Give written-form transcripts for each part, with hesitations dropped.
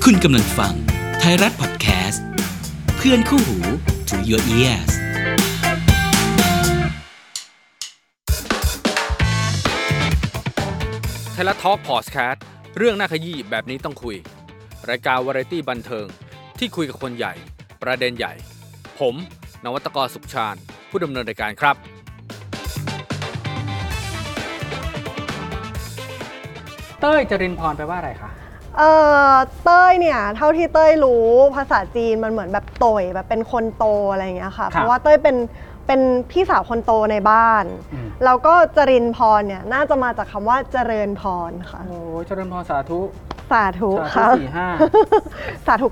คุณกำลังฟังไทยรัฐพอดแคสต์เพื่อนคู่หู to your ears ไทยรัฐทอล์คพอดแคสต์เรื่องน่าขยี้แบบนี้ต้องคุยรายการวาไรตี้บันเทิงที่คุยกับคนใหญ่ประเด็นใหญ่ผมนวัตกรสุขชาญผู้ดำเนินรายการครับเต้ยจรินพรแปลว่าอะไรคะเต้ยเนี่ยเท่าที่เต้ยรู้ภาษาจีนมันเหมือนแบบโตยแบบเป็นคนโตอะไรอย่างเงี้ยค่ะเพราะว่าเต้ยเป็นพี่สาวคนโตในบ้านแล้วก็จรินพรเนี่ยน่าจะมาจากคำว่าเจริญพรค่ะโอ้เจริญพรสาธุสาธุค่ะสาธุ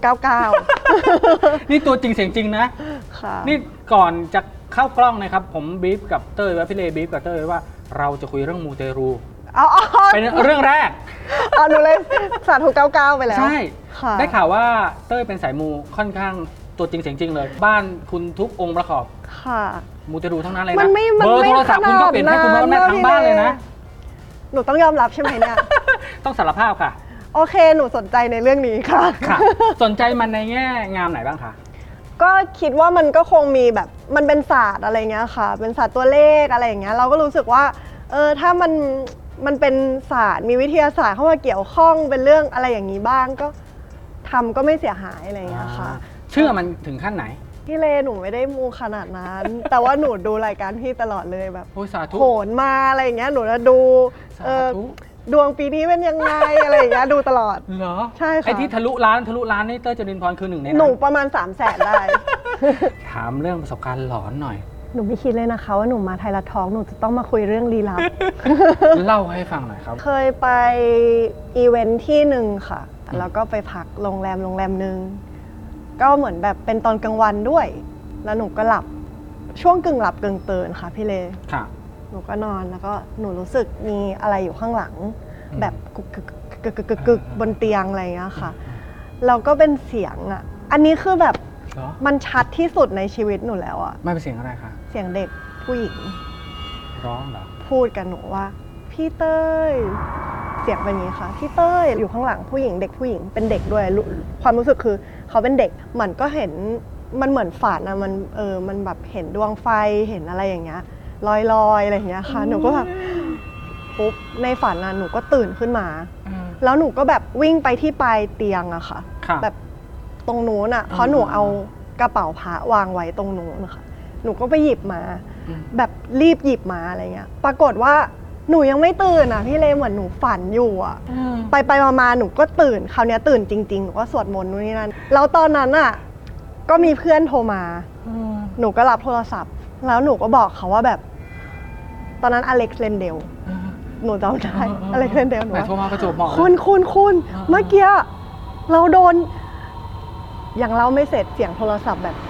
99 นี่ตัวจริงเสียงจริงนะนี่ก่อนจะเข้ากล้องนะครับผมบีฟกับเต้ยว่าพี่เลบีฟกับเต้ยว่าเราจะคุยเรื่องมูเตรูเป็นเรื่องแรกหนูเลยสาธุ99ไปแล้วใช่ได้ข่าวว่าเต้ยเป็นสายมูค่อนข้างตัวจริงเสียงจริงเลยบ้านคุณทุกองค์ประกอบค่ะมูเตรูทั้งนั้นเลยนะเบอร์โทรศัพท์คุณก็เปลี่ยนให้คุณพ่อแม่ทั้งบ้านเลยนะหนูต้องยอมรับใช่ไหมเนี่ยต้องสารภาพค่ะโอเคหนูสนใจในเรื่องนี้ค่ะสนใจมันในแง่งามไหนบ้างคะก็คิดว่ามันก็คงมีแบบมันเป็นศาสตร์อะไรเงี้ยค่ะเป็นศาสตร์ตัวเลขอะไรอย่างเงี้ยเราก็รู้สึกว่าถ้ามันเป็นศาสตร์มีวิทยาศาสตร์เข้ามาเกี่ยวข้องเป็นเรื่องอะไรอย่างนี้บ้างก็ทำก็ไม่เสียหายอะไรอย่างเงี้ยค่ะเชื่อมันถึงขั้นไหนพี่เลหนูไม่ได้มูขนาดนั้น แต่ว่าหนูดูรายการพี่ตลอดเลยแบบโหนมาอะไรอย่างเงี้ยหนูจะดูดวงปีนี้เป็นยังไงอะไรอย่างเงี้ยดูตลอดเหรอใช่ค่ะไอ้ที่ทะลุล้านนี่เต้ยจรินพรคือหนึ่งในนั้นหนูประมาณ300,000ได้ถามเรื่องประสบการณ์หลอนหน่อยหนูไม่คิดเลยนะคะว่าหนูมาไทยรัฐทอล์คหนูจะต้องมาคุยเรื่องลี้ลับเล่าให้ฟังหน่อยครับเคยไปอีเวนท์ที่หนึ่งค่ะแล้วก็ไปพักโรงแรมนึงก็เหมือนแบบเป็นตอนกลางวันด้วยแล้วหนูก็หลับช่วงกึ่งหลับกึ่งตื่นค่ะพี่เลค่ะหนูก็นอนแล้วก็หนูรู้สึกมีอะไรอยู่ข้างหลังแบบกึกบนเตียงอะไรอย่างเงี้ยค่ะแล้วก็เป็นเสียงอ่ะอันนี้คือแบบมันชัดที่สุดในชีวิตหนูแล้วอ่ะไม่เป็นเสียงอะไรคะเสียงเด็กผู้หญิงร้องเหรอพูดกับหนูว่าพี่เต้ยเสียงแบบนี้ค่ะพี่เต้ยอยู่ข้างหลังผู้หญิงเด็กผู้หญิงเป็นเด็กด้วยความรู้สึกคือเขาเป็นเด็กเหมือนก็เห็นมันเหมือนฝันอะมันแบบเห็นดวงไฟเห็นอะไรอย่างเงี้ยลอยอะไรอย่างเงี้ยค่ะหนูก็แบบปุ๊บในฝันน่ะหนูก็ตื่นขึ้นมาแล้วหนูก็แบบวิ่งไปที่ปลายเตียงอะค่ะแบบตรงนู้นอะเพราะหนูเอากระเป๋าผ้าวางไว้ตรงนู้นนะคะหนูก็ไปหยิบมาแบบรีบหยิบมาอะไรเงี้ยปรากฏว่าหนูยังไม่ตื่นอ่ะพี่เลเหมือนหนูฝันอยู่อ่ะไปมาหนูก็ตื่นคราวนี้ตื่นจริงๆหนูก็สวดมนต์นู่นนี่นั่นแล้วตอนนั้นอ่ะก็มีเพื่อนโทรมาหนูก็รับโทรศัพท์แล้วหนูก็บอกเขาว่าแบบตอนนั้นอเล็กซ์เลนเดลหนูจำได้อเล็กซ์เลนเดลหนูโทรมาประจวบเหมาะคุณเมื่อกี้เราโดนยังเล่าไม่เสร็จเสียงโทรศัพท์แบบ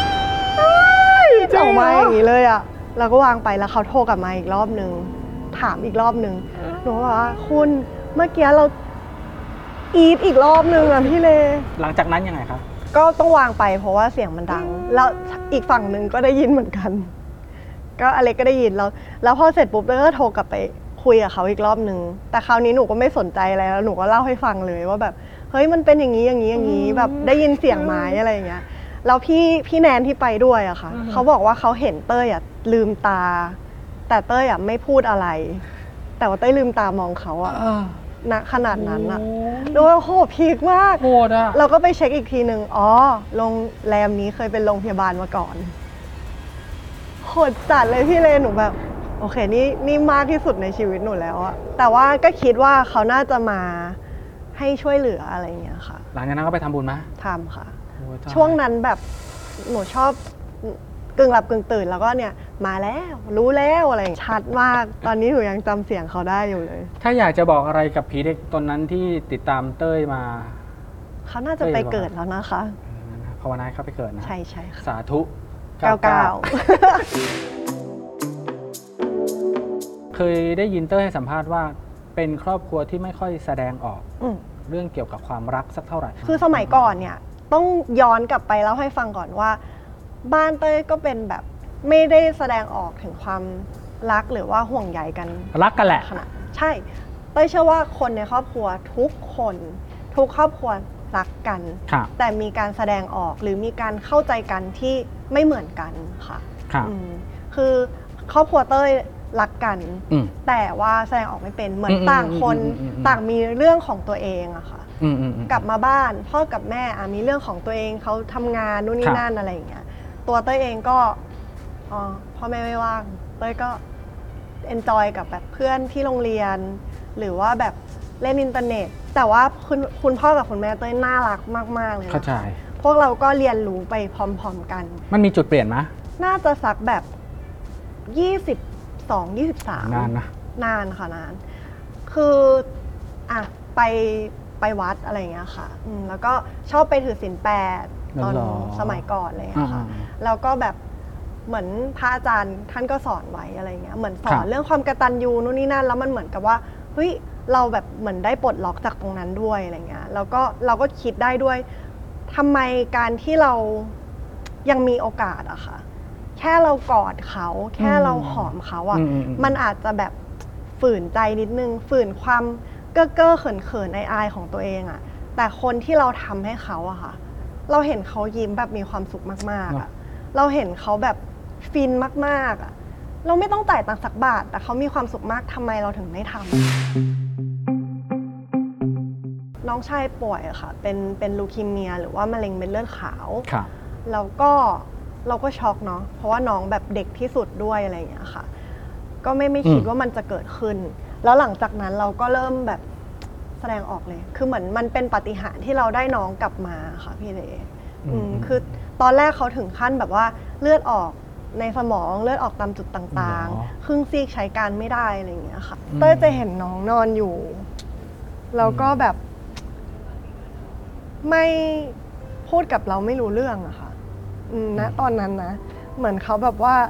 ออกมาอย่างนี้เลยอ่ะเราก็วางไปแล้วเขาโทรกลับมาอีกรอบนึงถามอีกรอบนึงหนูบอกว่าคุณเมื่อกี้เราอีทอีกรอบนึงอ่ะพี่เลหลังจากนั้นยังไงครับก็ต้องวางไปเพราะว่าเสียงมันดังแล้วอีกฝั่งนึงก็ได้ยินเหมือนกันก็อเล็กก็ได้ยินแล้วพอเสร็จปุ๊บก็โทรกลับไปคุยกับเขาอีกรอบนึงแต่คราวนี้หนูก็ไม่สนใจอะไรแล้วหนูก็เล่าให้ฟังเลยว่าแบบเฮ้ยมันเป็นอย่างนี้แบบได้ยินเสียงไม้อะไรอย่างเงี้ยแล้วพี่แนนที่ไปด้วยอะค่ะเขาบอกว่าเขาเห็นเต้ยอะลืมตาแต่เต้ยอะไม่พูดอะไรแต่ว่าเต้ยลืมตามองเขาอะณขนาดนั้นอะดูว่าโหพีคมากเราก็ไปเช็คอีกทีนึงโรงแรมนี้เคยเป็นโรงพยาบาลมาก่อนโหดจัดเลยพี่เลหนูแบบโอเคนี่มากที่สุดในชีวิตหนูแล้วอะแต่ว่าก็คิดว่าเขาน่าจะมาให้ช่วยเหลืออะไรอย่างเงี้ยค่ะหลังจากนั้นก็ไปทำบุญไหมทำค่ะช่วงนั้นแบบหนูชอบกึ่งหลับกึ่งตื่นแล้วก็เนี่ยมาแล้วรู้แล้วอะไรชัดมากตอนนี้หนูยังจำเสียงเขาได้อยู่เลยถ้าอยากจะบอกอะไรกับผีเด็กตนนั้นที่ติดตามเต้ยมาเขาน่าจะไปเกิดแล้วนะคะภาวนาเขาไปเกิดนะใช่ค่ะสาธุ 99 เคยได้ยินเต้ยให้สัมภาษณ์ว่าเป็นครอบครัวที่ไม่ค่อยแสดงออกเรื่องเกี่ยวกับความรักสักเท่าไหร่คือสมัยก่อนเนี่ยต้องย้อนกลับไปเล่าให้ฟังก่อนว่าบ้านเต้ยก็เป็นแบบไม่ได้แสดงออกถึงความรักหรือว่าห่วงใยกันรักกันแหละใช่เต้ยเชื่อว่าคนในครอบครัวทุกคนทุกครอบครัวรักกันแต่มีการแสดงออกหรือมีการเข้าใจกันที่ไม่เหมือนกันค่ะคือครอบครัวเต้ยรักกันแต่ว่าแสดงออกไม่เป็นเหมือนต่างคนต่างมีเรื่องของตัวเองอะค่ะกลับมาบ้านพ่อกับแม่มีเรื่องของตัวเองเขาทำงานนู่นนี่นั่นอะไรอย่างเงี้ยตัวเต้ยเองก็พ่อแม่ไม่ว่างเต้ยก็เอนจอยกับแบบเพื่อนที่โรงเรียนหรือว่าแบบเล่นอินเทอร์เน็ตแต่ว่าคุณพ่อกับคุณแม่เต้ยน่ารักมากๆเลยเข้าใจพวกเราก็เรียนรู้ไปพร้อมๆกันมันมีจุดเปลี่ยนไหมน่าจะสักแบบ22-23นานนะนานค่ะนานคือไปวัดอะไรอย่างเงี้ยค่ะแล้วก็ชอบไปถือศีล8ตอนสมัยก่อนเลยค่ะแล้วก็แบบเหมือนพระอาจารย์ท่านก็สอนไว้อะไรเงี้ยเหมือนสอนเรื่องความกตัญญูนู่นนี่นั่นแล้วมันเหมือนกับว่าเฮ้ยเราแบบเหมือนได้ปลดล็อกจากตรงนั้นด้วยอะไรเงี้ยแล้วก็เราก็คิดได้ด้วยทำไมการที่เรายังมีโอกาสอะค่ะแค่เรากอดเขาแค่เราหอมเขาอะมันอาจจะแบบฝืนใจนิดนึงฝืนความเก้อเขินอายของตัวเองอะแต่คนที่เราทำให้เขาอะค่ะเราเห็นเขายิ้มแบบมีความสุขมากๆอะเราเห็นเขาแบบฟินมากๆอะเราไม่ต้องจ่ายตังค์สักบาทแต่เขามีความสุขมากทำไมเราถึงไม่ทำน้องชายป่วยอะค่ะเป็นลูคีเมียหรือว่ามะเร็งเม็ดเลือดขาวแล้วก็เราก็ช็อกเนาะเพราะว่าน้องแบบเด็กที่สุดด้วยอะไรอย่างเงี้ยค่ะก็ไม่คิดว่ามันจะเกิดขึ้นแล้วหลังจากนั้นเราก็เริ่มแบบแสดงออกเลยคือเหมือนมันเป็นปาฏิหาริย์ที่เราได้น้องกลับมาค่ะพี่เลคือตอนแรกเขาถึงขั้นแบบว่าเลือดออกในสมองเลือดออกตามจุดต่างๆครึ่งซีกใช้การไม่ได้อะไรอย่างเงี้ยค่ะเต้ยจะเห็นน้องนอนอยู่แล้วก็แบบไม่พูดกับเราไม่รู้เรื่องอะค่ะณตอนนั้นนะเหมือนเขาแบบว่า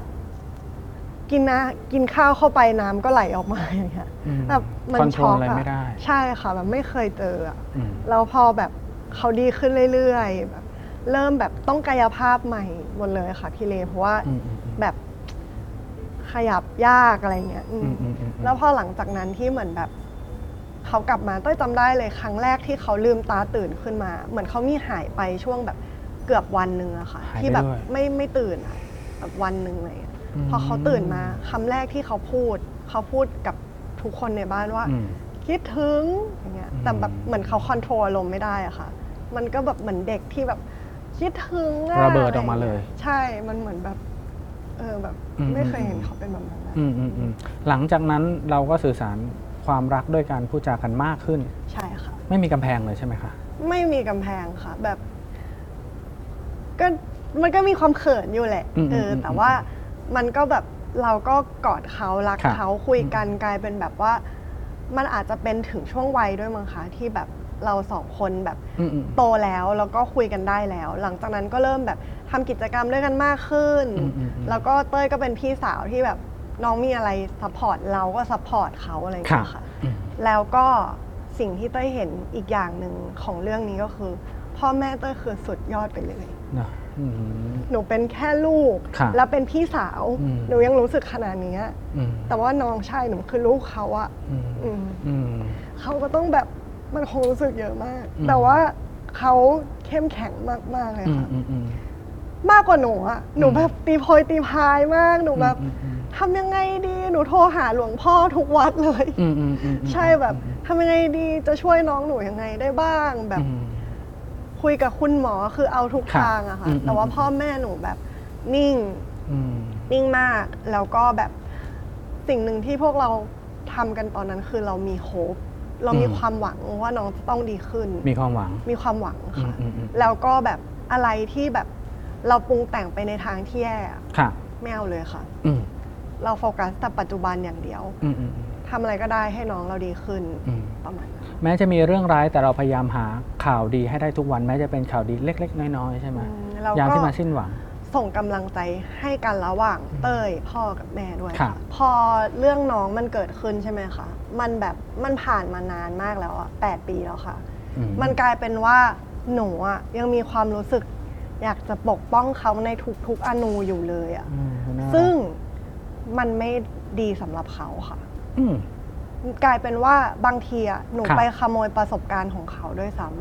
กินข้าวเข้าไปน้ำก็ไหลออกมาอย่างเงี้ยแบบมันช็อกอะใช่ค่ะแบบไม่เคยเจออะแล้วพอแบบเขาดีขึ้นเรื่อยๆแบบเริ่มแบบต้องกายภาพใหม่หมดเลยค่ะพี่เลเพราะว่าแบบขยับยากอะไรเงี้ยแล้วพอหลังจากนั้นที่เหมือนแบบเขากลับมาต้อยจำได้เลยครั้งแรกที่เขาลืมตาตื่นขึ้นมาเหมือนเขามีหายไปช่วงแบบเกือบวันนึงอะค่ะที่แบบไม่ตื่นอะแบบวันนึงเลยพอเขาตื่นมาคำแรกที่เขาพูดกับทุกคนในบ้านว่าคิดถึงอย่างเงี้ยแต่แบบเหมือนเขาคอนโทรลอารมณ์ไม่ได้อะค่ะมันก็แบบเหมือนเด็กที่แบบคิดถึงระเบิดออกมาเลยใช่มันเหมือนแบบแบบไม่เคยเห็นเขาเป็นแบบนั้นหลังจากนั้นเราก็สื่อสารความรักด้วยการพูดจากันมากขึ้นใช่ค่ะไม่มีกำแพงเลยใช่ไหมคะไม่มีกำแพงค่ะแบบก็มันก็มีความเขินอยู่แหละแต่ว่ามันก็แบบเราก็กอดเขารักเขาคุยกันกลายเป็นแบบว่ามันอาจจะเป็นถึงช่วงวัยด้วยมั้งคะที่แบบเราสองคนแบบโตแล้วก็คุยกันได้แล้วหลังจากนั้นก็เริ่มแบบทำกิจกรรมด้วยกันมากขึ้นแล้วก็เต้ยก็เป็นพี่สาวที่แบบน้องมีอะไรซัพพอร์ตเราก็ซัพพอร์ตเขาอะไรอย่างเงี้ยค่ะแล้วก็สิ่งที่เต้ยเห็นอีกอย่างหนึ่งของเรื่องนี้ก็คือพ่อแม่เต้ยคือสุดยอดไปเลยหนูเป็นแค่ลูกแล้วเป็นพี่สาวหนูยังรู้สึกขนาดนี้แต่ว่าน้องชายหนูคือลูกเขาอะเขาก็ต้องแบบมันคงรู้สึกเยอะมากแต่ว่าเขาเข้มแข็งมากๆเลยค่ะมากกว่าหนูอะหนูแบบตีโพยตีพายมากหนูแบบทำยังไงดีหนูโทรหาหลวงพ่อทุกวัดเลยใช่แบบทำยังไงดีจะช่วยน้องหนูยังไงได้บ้างแบบคุยกับคุณหมอคือเอาทุกทางอะค่ะแต่ว่าพ่อแม่หนูแบบนิ่งมากแล้วก็แบบสิ่งหนึ่งที่พวกเราทำกันตอนนั้นคือเรามีโฮปเรามีความหวังว่าน้องจะต้องดีขึ้นมีความหวังค่ะแล้วก็แบบอะไรที่แบบเราปรุงแต่งไปในทางที่แย่ไม่เอาเลยค่ะเราโฟกัสแต่ปัจจุบันอย่างเดียวทำอะไรก็ได้ให้น้องเราดีขึ้นประมาณนั้นแม้จะมีเรื่องร้ายแต่เราพยายามหาข่าวดีให้ได้ทุกวันแม้จะเป็นข่าวดีเล็กๆน้อยๆใช่ไหมยามที่มาสิ้นหวังส่งกำลังใจให้กันระหว่างเต้ยพ่อกับแม่ด้วยพอเรื่องน้องมันเกิดขึ้นใช่ไหมคะมันแบบมันผ่านมานานมากแล้วอะ8 ปีแล้วค่ะมันกลายเป็นว่าหนูอะยังมีความรู้สึกอยากจะปกป้องเขาในทุกๆอนูอยู่เลยอะซึ่งมันไม่ดีสำหรับเขาค่ะกลายเป็นว่าบางทีอะหนูไปขโมยประสบการณ์ของเขาด้วยซ้ำอะค่ะ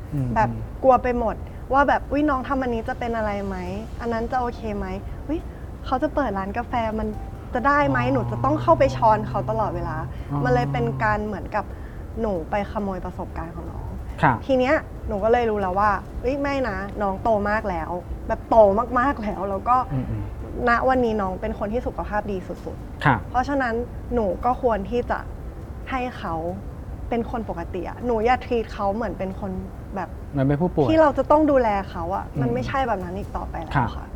แบบกลัวไปหมดว่าแบบอุ้ยน้องทำอันนี้จะเป็นอะไรไหมอันนั้นจะโอเคไหมอุ้ยเขาจะเปิดร้านกาแฟมันจะได้ไหมหนูจะต้องเข้าไปช้อนเขาตลอดเวลามันเลยเป็นการเหมือนกับหนูไปขโมยประสบการณ์ของน้องทีเนี้ยหนูก็เลยรู้แล้วว่าไม่นะน้องโตมากแล้วแบบโตมากๆแล้วก็ณวันนี้น้องเป็นคนที่สุขภาพดีสุดๆเพราะฉะนั้นหนูก็ควรที่จะให้เขาเป็นคนปกติอะหนูอย่าทีเขาเหมือนเป็นคนแบบมันเป็นผู้ป่วยที่เราจะต้องดูแลเขาอะมันไม่ใช่แบบนั้นอีกต่อไปแล้วค่ะ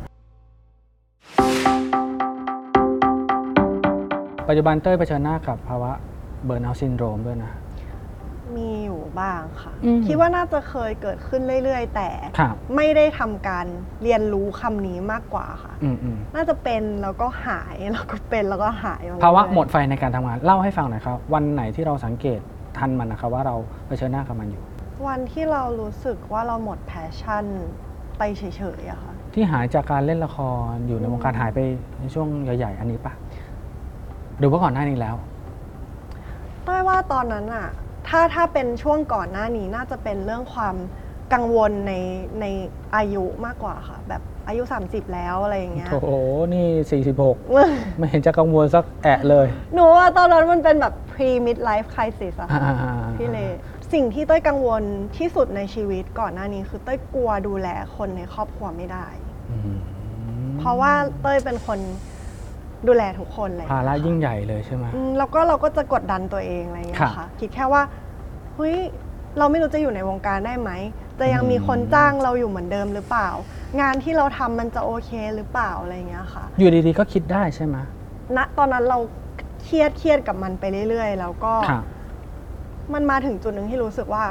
ปัจจุบันเต้ยเผชิญหน้ากับภาวะเบิร์นเอาท์ซินโดรมด้วยนะมีอยู่บ้างค่ะคิดว่าน่าจะเคยเกิดขึ้นเรื่อยๆแต่ไม่ได้ทำการเรียนรู้คำนี้มากกว่าค่ะน่าจะเป็นแล้วก็หายแล้วก็เป็นแล้วก็หายภาวะหมดไฟในการทำงานเล่าให้ฟังหน่อยครับวันไหนที่เราสังเกตทันมันนะครับว่าเราเผชิญหน้ากับมันอยู่วันที่เรารู้สึกว่าเราหมดแพชชั่นไปเฉยๆอะค่ะที่หายจากการเล่นละครอยู่ในวงการหายไปในช่วงใหญ่ๆอันนี้ปะหรือว่าก่อนหน้านี้แล้วต้อยว่าตอนนั้นอะถ้าเป็นช่วงก่อนหน้านี้น่าจะเป็นเรื่องความกังวลในอายุมากกว่าค่ะแบบอายุ30แล้วอะไรอย่างเงี้ยโอ้โหนี่46ไม่เห็นจะกังวลสักแอะเลยหนูว่าตอนนั้นมันเป็นแบบ pre mid life crisis อะค่ะพี่เลสิ่งที่เต้ยกังวลที่สุดในชีวิตก่อนหน้านี้คือเต้ยกลัวดูแลคนในครอบครัวไม่ได้เพราะว่าเต้ยเป็นคนดูแลทุกคนเลยภาระยิ่งใหญ่เลยใช่ไหมแล้วก็เราก็จะกดดันตัวเองอะไรอย่างเงี้ยค่ะคิดแค่ว่าเฮ้ยเราไม่รู้จะอยู่ในวงการได้ไหมจะยังมีคนจ้างเราอยู่เหมือนเดิมหรือเปล่างานที่เราทำมันจะโอเคหรือเปล่าอะไรอย่างเงี้ยค่ะอยู่ดีๆก็คิดได้ใช่ไหมณตอนนั้นเราเครียดกับมันไปเรื่อยๆแล้วก็มันมาถึงจุดหนึ่งที่รู้สึกว่า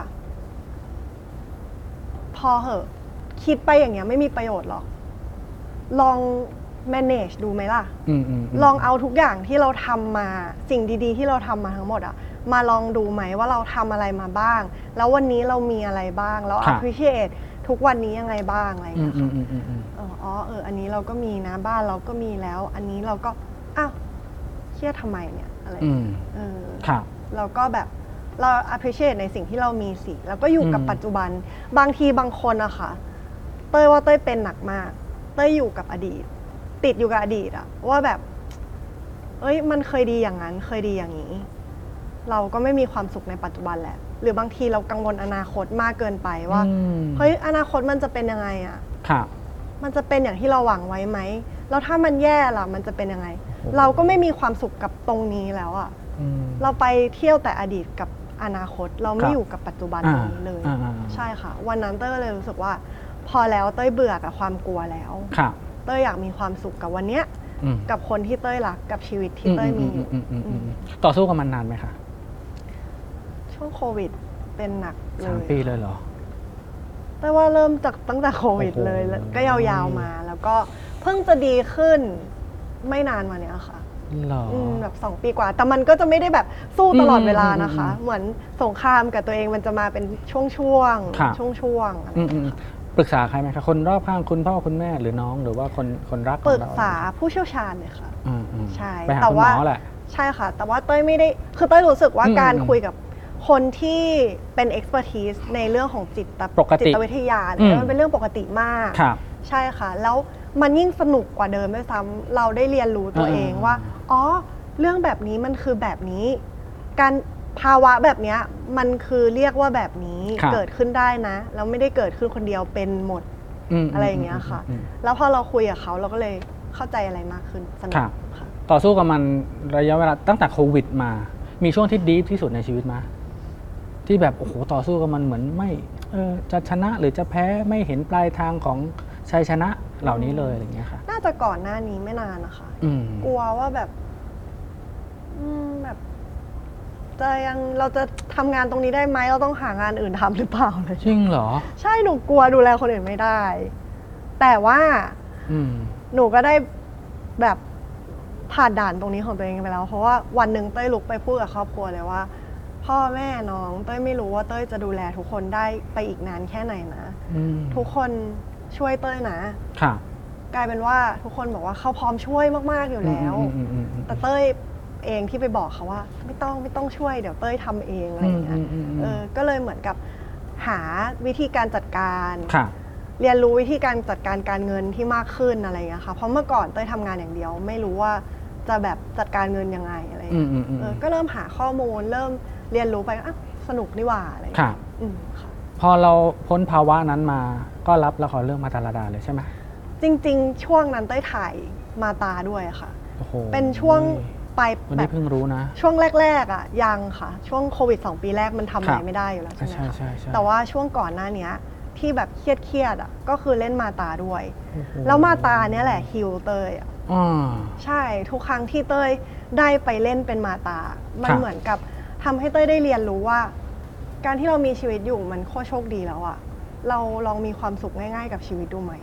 พอเหอะคิดไปอย่างเงี้ยไม่มีประโยชน์หรอกลอง manage ดูไหมล่ะลองเอาทุกอย่างที่เราทำมาสิ่งดีๆที่เราทำมาทั้งหมดอะมาลองดูไหมว่าเราทำอะไรมาบ้างแล้ววันนี้เรามีอะไรบ้างแล้ว appreciate ทุกวันนี้ยังไงบ้างอะไรอย่างเงี้ยค่ะอันนี้เราก็มีนะบ้านเราก็มีแล้วอันนี้เราก็อ้าวเครียดทำไมเนี่ยอะไรเราก็แบบเรา appreciate ในสิ่งที่เรามีสิแล้วก็อยู่กับปัจจุบันบางทีบางคนอะค่ะเต้ยว่าเต้ยเป็นหนักมากเต้ยอยู่กับอดีตติดอยู่กับอดีตอะว่าแบบมันเคยดีอย่างนั้นเคยดีอย่างนี้เราก็ไม่มีความสุขในปัจจุบันแหละหรือบางทีเรากังวลอนาคตมากเกินไปว่าเฮ้ยอนาคตมันจะเป็นยังไงอะมันจะเป็นอย่างที่เราหวังไว้ไหมแล้วถ้ามันแย่ล่ะมันจะเป็นยังไงเราก็ไม่มีความสุขกับตรงนี้แล้วอะเราไปเที่ยวแต่อดีตกับอนาคตเราไม่อยู่กับปัจจุบันตรงนี้เลยใช่ค่ะวันนั้นเต้ยเลยรู้สึกว่าพอแล้วเต้ยเบื่อกับความกลัวแล้วเต้ยอยากมีความสุขกับวันเนี้ยกับคนที่เต้ยรักกับชีวิตที่เต้ยมีอยู่ต่อสู้กับมันนานไหมคะช่วงโควิดเป็นหนักเลย 3 ปีเลยเหรอเต้ยว่าเริ่มจากตั้งแต่โควิดเลยก็ยาวๆมาแล้วก็เพิ่งจะดีขึ้นไม่นานมาเนี้ยค่ะแบบ2 ปีกว่าแต่มันก็จะไม่ได้แบบสู้ตลอดเวลานะคะเหมือนสงครามกับตัวเองมันจะมาเป็นช่วงอะไรปรึกษาใครไหมคะคนรอบข้างคุณพ่อคุณแม่หรือน้องหรือว่าคนรักของเราปรึกษาผู้เชี่ยวชาญเลยค่ะใช่ไปหาคุณหมอแหละใช่ค่ะแต่ว่าเต้ยไม่ได้คือเต้ยรู้สึกว่าการคุยกับคนที่เป็น expertise ในเรื่องของจิตวิทยามันเป็นเรื่องปกติมากใช่ค่ะแล้วมันยิ่งสนุกกว่าเดิมด้วยซ้ำเราได้เรียนรู้ตัวเองว่าเรื่องแบบนี้มันคือแบบนี้การภาวะแบบนี้มันคือเรียกว่าแบบนี้เกิดขึ้นได้นะแล้วไม่ได้เกิดขึ้นคนเดียวเป็นหมดอะไรอย่างเงี้ยค่ะแล้วพอเราคุยกับเขาเราก็เลยเข้าใจอะไรมากขึ้นสนุกค่ะต่อสู้กับมันระยะเวลาตั้งแต่โควิดมามีช่วงที่ดีฟที่สุดในชีวิตมาที่แบบโอ้โหต่อสู้กับมันเหมือนไม่จะชนะหรือจะแพ้ไม่เห็นปลายทางของชัยชนะเหล่านี้เลยอะไรเงี้ยค่ะน่าจะก่อนหน้านี้ไม่นานนะคะกลัวว่าแบบเราจะทำงานตรงนี้ได้ไหมเราต้องหางานอื่นทำหรือเปล่าเลยจริงเหรอใช่หนูกลัวดูแลคนอื่นไม่ได้แต่ว่าหนูก็ได้แบบผ่านด่านตรงนี้ของตัวเองไปแล้วเพราะว่าวันหนึ่งเต้ยลุกไปพูดกับครอบครัวเลยว่าพ่อแม่น้องเต้ยไม่รู้ว่าเต้ยจะดูแลทุกคนได้ไปอีกนานแค่ไหนนะทุกคนช่วยเต้ยนะกลายเป็นว่าทุกคนบอกว่าเขาพร้อมช่วยมากๆอยู่แล้วแต่เต้ยเองที่ไปบอกเขาว่าไม่ต้องช่วยเดี๋ยวเต้ยทำเองอะไรอย่างเงี้ยก็เลยเหมือนกับหาวิธีการจัดการค่ะเรียนรู้วิธีการจัดการการเงินที่มากขึ้นอะไรอย่างเงี้ยค่ะเพราะเมื่อก่อนเต้ยทำงานอย่างเดียวไม่รู้ว่าจะแบบจัดการเงินยังไงอะไรอย่างเงี้ยก็เริ่มหาข้อมูลเริ่มเรียนรู้ไปสนุกนี่หว่าอะไรอย่างเงี้ยค่ะพอเราพ้นภาวะนั้นมาก็รับละครเรื่องมาตาลดาเลยใช่ไหมจริงๆช่วงนั้นเต้ยถ่ายมาตาด้วยค่ะเป็นช่วงไปวันนี้เพิ่งรู้นะช่วงแรกๆอ่ะยังค่ะช่วงโควิด2 ปีแรกมันทำอะไรไม่ได้อยู่แล้วใช่ไหมคะแต่ว่าช่วงก่อนหน้านี้ที่แบบเครียดอ่ะก็คือเล่นมาตาด้วยแล้วมาตาเนี้ยแหละฮิลเต้ยใช่ทุกครั้งที่เต้ยได้ไปเล่นเป็นมาตามันเหมือนกับทำให้เต้ยได้เรียนรู้ว่าการที่เรามีชีวิตอยู่มันโคตรโชคดีแล้วอ่ะเราลองมีความสุขง่ายๆกับชีวิตดูไหม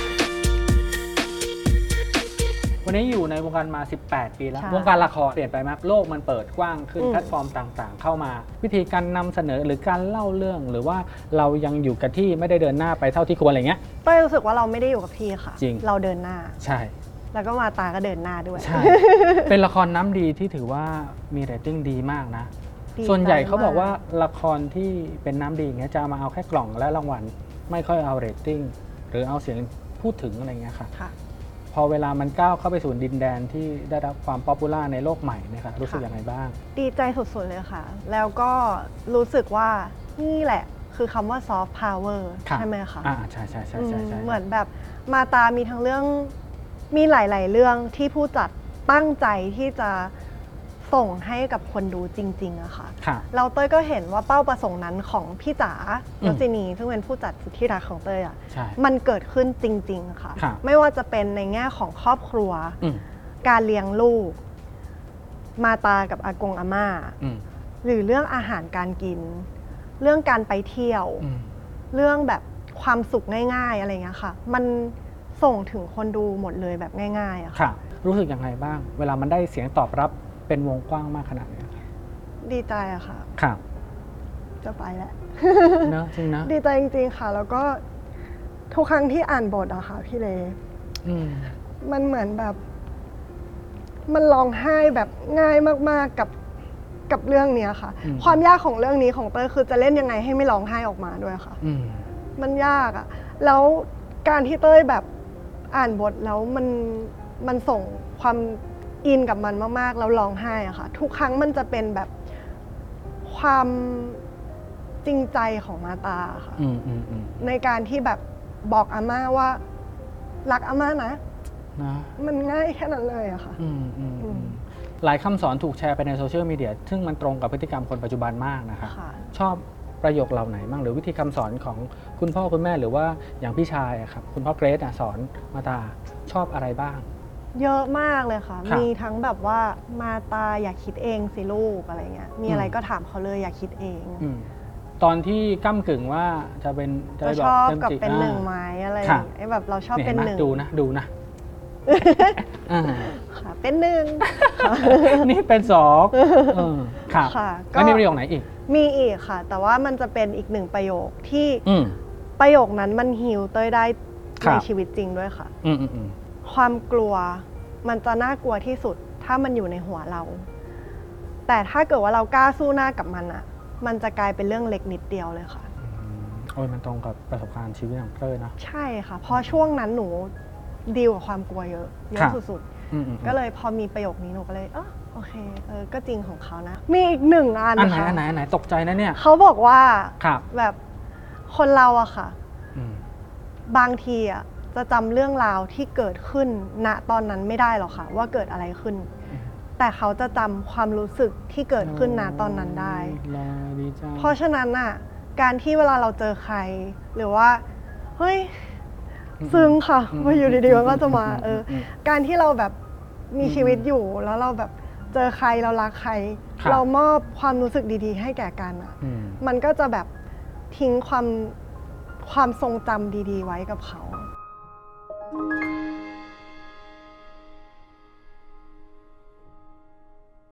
วันนี้อยู่ในวงการมา18 ปีแล้ววงการละครเปลี่ยนไปมากโลกมันเปิดกว้างขึ้นแพลตฟอร์มต่างๆเข้ามาวิธีการนำเสนอหรือการเล่าเรื่องหรือว่าเรายังอยู่กับที่ไม่ได้เดินหน้าไปเท่าที่ควรอะไรเงี้ยเต้ยรู้สึกว่าเราไม่ได้อยู่กับที่ค่ะจริงเราเดินหน้าใช่แล้วก็มาตาก็เดินหน้าด้วยใช่ เป็นละครน้ำดีที่ถือว่ามีเรตติ้งดีมากนะส่วนใหญ่เขาบอกว่าละครที่เป็นน้ำดีอย่างเงี้ยจะมาเอาแค่กล่องและรางวัลไม่ค่อยเอาเรตติ้งหรือเอาเสียงพูดถึงอะไรเงี้ยค่ะพอเวลามันก้าวเข้าไปสู่ดินแดนที่ได้รับความป๊อปปูล่าในโลกใหม่นะคะรู้สึกยังไงบ้างดีใจสุดๆเลยค่ะแล้วก็รู้สึกว่านี่แหละคือคำว่าซอฟต์พาวเวอร์ใช่ไหมคะใช่ใช่ใช่ใช่เหมือนแบบมาตามีทั้งเรื่องมีหลายๆเรื่องที่ผู้จัดตั้งใจที่จะส่งให้กับคนดูจริงๆอะค่ะเราเต้ยก็เห็นว่าเป้าประสงค์นั้นของพี่จ๋ารจนีซึ่งเป็นผู้จัดสุดที่รักของเต้ยอะมันเกิดขึ้นจริงๆค่ะไม่ว่าจะเป็นในแง่ของครอบครัวการเลี้ยงลูกมาตากับอากงอาม่าหรือเรื่องอาหารการกินเรื่องการไปเที่ยวเรื่องแบบความสุขง่ายๆอะไรเงี้ยค่ะมันส่งถึงคนดูหมดเลยแบบง่ายๆอะค่ะรู้สึกยังไงบ้างเวลามันได้เสียงตอบรับเป็นวงกว้างมากขนาดนี้ดีใจอะค่ะครับจะไปแล้วเนอะจริงนะดีใจจริงๆค่ะแล้วก็ทุกครั้งที่อ่านบทอะค่ะพี่เลมันเหมือนแบบมันร้องไห้แบบง่ายมากๆกับเรื่องนี้ค่ะความยากของเรื่องนี้ของเต้ยคือจะเล่นยังไงให้ไม่ร้องไห้ออกมาด้วยค่ะมันยากอะแล้วการที่เต้ยแบบอ่านบทแล้วมันส่งความอินกับมันมากๆแล้วร้องไห้อะค่ะทุกครั้งมันจะเป็นแบบความจริงใจของมาตาค่ะในการที่แบบบอกอาม่าว่ารักอาม่านะมันง่ายแค่นั้นเลยอะค่ะหลายคำสอนถูกแชร์ไปในโซเชียลมีเดียซึ่งมันตรงกับพฤติกรรมคนปัจจุบันมากนะคะชอบประโยคเหล่าไหนบ้างหรือวิธีคำสอนของคุณพ่อคุณแม่หรือว่าอย่างพี่ชายครับคุณพ่อเกรซสอนมาตาชอบอะไรบ้างเยอะมากเลยค่ะมีทั้งแบบว่ามาตาอย่าคิดเองสิลูกอะไรเงี้ยมีอะไรก็ถามเขาเลยอย่าคิดเองตอนที่ก้ำกึ่งว่าจะเป็นจะชอบกับเป็นหนึ่งไม้อะไรไอ้แบบเราชอบเป็นหนึ่งดูนะค่ะเป็นหนึ่งนี่เป็นสองค่ะแล้วมีประโยคไหนอีกมีอีกค่ะแต่ว่ามันจะเป็นอีกหนึ่งประโยคที่ประโยคนั้นมันฮีลเต้ยได้ในชีวิตจริงด้วยค่ะความกลัวมันจะน่ากลัวที่สุดถ้ามันอยู่ในหัวเราแต่ถ้าเกิดว่าเรากล้าสู้หน้ากับมันอ่ะมันจะกลายเป็นเรื่องเล็กนิดเดียวเลยค่ะโอ้ยมันตรงกับประสบการณ์ชีวิตของเต้ยนะใช่ค่ะเพราะช่วงนั้นหนูดีลกับความกลัวเยอะสุดๆก็เลยพอมีประโยคนี้หนูก็เลยโอเคก็จริงของเขานะมีอีกหนึ่งอันค่ะอันไหนตกใจนะเนี่ยเขาบอกว่าแบบคนเราอะค่ะบางทีอะจะจำเรื่องราวที่เกิดขึ้นณตอนนั้นไม่ได้หรอกค่ะว่าเกิดอะไรขึ้นแต่เขาจะจำความรู้สึกที่เกิดขึ้นณตอนนั้นได้เพราะฉะนั้นน่ะการที่เวลาเราเจอใครหรือว่าเฮ้ยซึ้งค่ะมาอยู่ดีๆมันก็จะมาการที่เราแบบมีชีวิตอยู่แล้วเราแบบเจอใครเรารักใครเรามอบความรู้สึกดีๆให้แก่กันอ่ะมันก็จะแบบทิ้งความทรงจำดีๆไว้กับเขา